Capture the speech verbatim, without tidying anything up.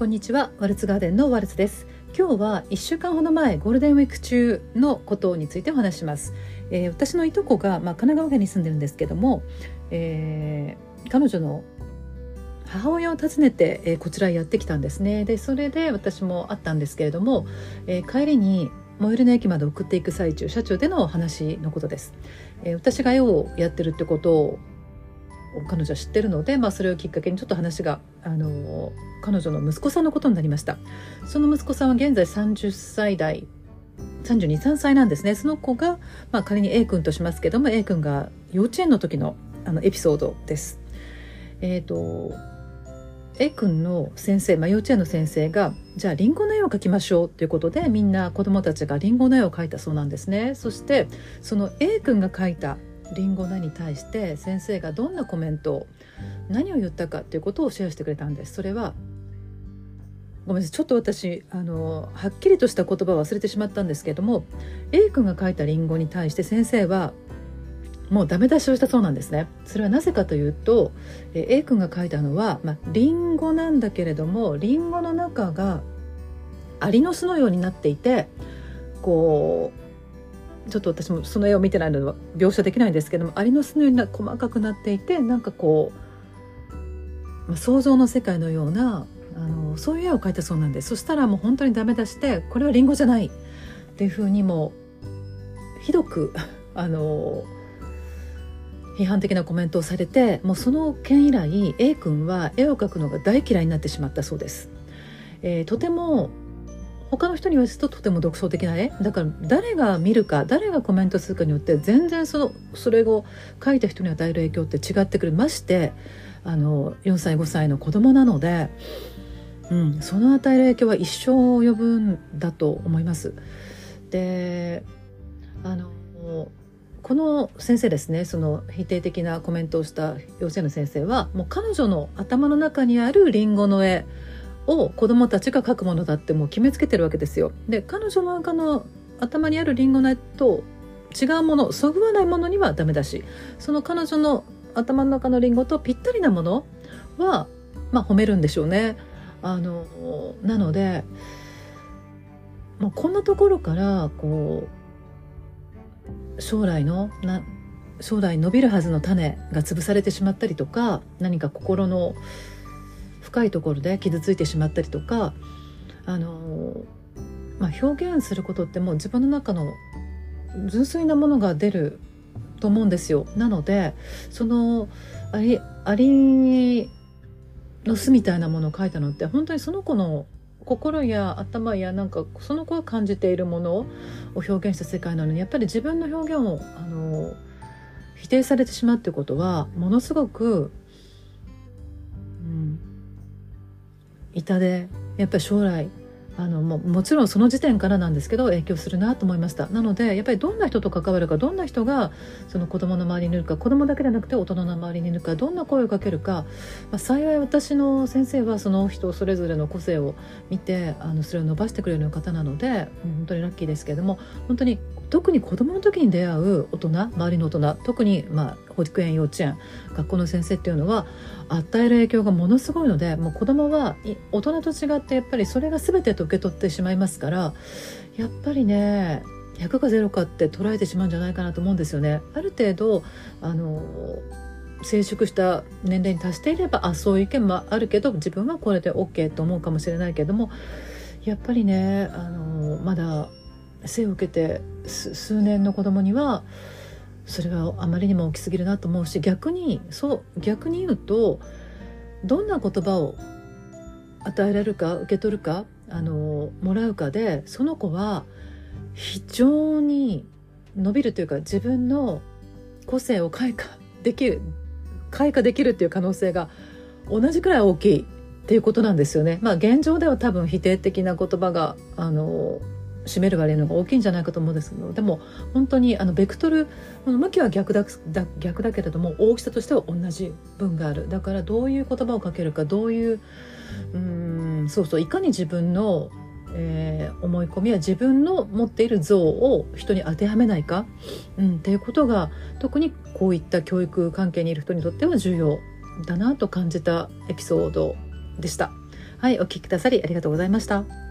こんにちは。ワルツガーデンのワルツです。今日はいっしゅうかんほど前、ゴールデンウィーク中のことについてお話しします。えー、私のいとこが、まあ、神奈川県に住んでるんですけども、えー、彼女の母親を訪ねて、えー、こちらへやってきたんですね。でそれで私も会ったんですけれども、えー、帰りに最寄りの駅まで送っていく最中、車中での話のことです。えー、私が絵をやってるってことを彼女は知ってるので、まあ、それをきっかけにちょっと話が、あの彼女の息子さんのことになりました。その息子さんは現在さんじゅっさい代、さんじゅうに、さんさいなんですね。その子が、まあ、仮に A 君としますけども、 A 君が幼稚園の時の、あのエピソードです。えーと A 君の先生、まあ、幼稚園の先生が、じゃあリンゴの絵を描きましょうということで、みんな子どもたちがリンゴの絵を描いたそうなんですね。そしてその A 君が描いたリンゴの絵に対して先生がどんなコメントを、何を言ったかということをシェアしてくれたんです。それは、ごめんなさい、ちょっと私あのはっきりとした言葉を忘れてしまったんですけれども、 A 君が描いたリンゴに対して先生はもうダメ出しをしたそうなんですね。それはなぜかというと、A 君が描いたのは、まあ、リンゴなんだけれども、リンゴの中がアリの巣のようになっていて、こうちょっと私もその絵を見てないので描写できないんですけども、アリの巣のように細かくなっていて、なんかこう、まあ、想像の世界のような、あのそういう絵を描いたそうなんです。そしたらもう本当にダメ出して、これはリンゴじゃないっていうふうにもひどくあの批判的なコメントをされて、もうその件以来 A 君は絵を描くのが大嫌いになってしまったそうです。えー、とても他の人に言わせるととても独創的な絵だから、誰が見るか誰がコメントするかによって全然そのそれを描いた人に与える影響って違ってくる。ましてあのよんさいごさいの子供なので、うん、その与える影響は一生及ぶんだと思います。であのこの先生ですね、その否定的なコメントをした幼稚園の先生は、もう彼女の頭の中にあるリンゴの絵を子どもたちが描くものだってもう決めつけてるわけですよ。で彼女の中の頭にあるリンゴの絵と違うもの、そぐわないものにはダメだし、その彼女の頭の中のリンゴとぴったりなものは、まあ、褒めるんでしょうね。あのなので、もうこんなところからこう将来のな将来伸びるはずの種が潰されてしまったりとか、何か心の深いところで傷ついてしまったりとか、あの、まあ、表現することってもう自分の中の純粋なものが出ると思うんですよ。なのでそのアリ、アリの巣みたいなものを描いたのって、本当にその子の心や頭や、なんかその子が感じているものを表現した世界なのに、やっぱり自分の表現をあの否定されてしまうっていうことは、ものすごく、うん、痛手、やっぱり将来あの も, もちろんその時点からなんですけど影響するなと思いました。なのでやっぱりどんな人と関わるか、どんな人がその子供の周りにいるか、子供だけでなくて大人の周りにいるか、どんな声をかけるか、まあ、幸い私の先生はその人それぞれの個性を見て、あのそれを伸ばしてくれるような方なので、本当にラッキーですけれども、本当に特に子供の時に出会う大人、周りの大人、特にまあ保育園、幼稚園、学校の先生っていうのは与える影響がものすごいので、もう子供は大人と違ってやっぱりそれが全てと受け取ってしまいますから、やっぱりねひゃくかゼロかって捉えてしまうんじゃないかなと思うんですよね。ある程度あの成熟した年齢に達していれば、あそういう意見もあるけど自分はこれで OK と思うかもしれないけども、やっぱりねあのまだ生を受けて数年の子供にはそれはあまりにも大きすぎるなと思うし、逆にそう逆に言うと、どんな言葉を与えられるか受け取るか、あのもらうかで、その子は非常に伸びるというか、自分の個性を開花できる開花できるっていう可能性が同じくらい大きいっていうことなんですよね。まあ現状では多分否定的な言葉があの占める割合の方が大きいんじゃないかと思うんですけど、でも本当にあのベクトル向きは逆 だ, だ逆だけれども、大きさとしては同じ分がある。だからどういう言葉をかけるか、どういううーんそうそういかに自分の、えー、思い込みや自分の持っている像を人に当てはめないか、うん、っていうことが特にこういった教育関係にいる人にとっては重要だなと感じたエピソードでした。 はい、お聞きくださりありがとうございました。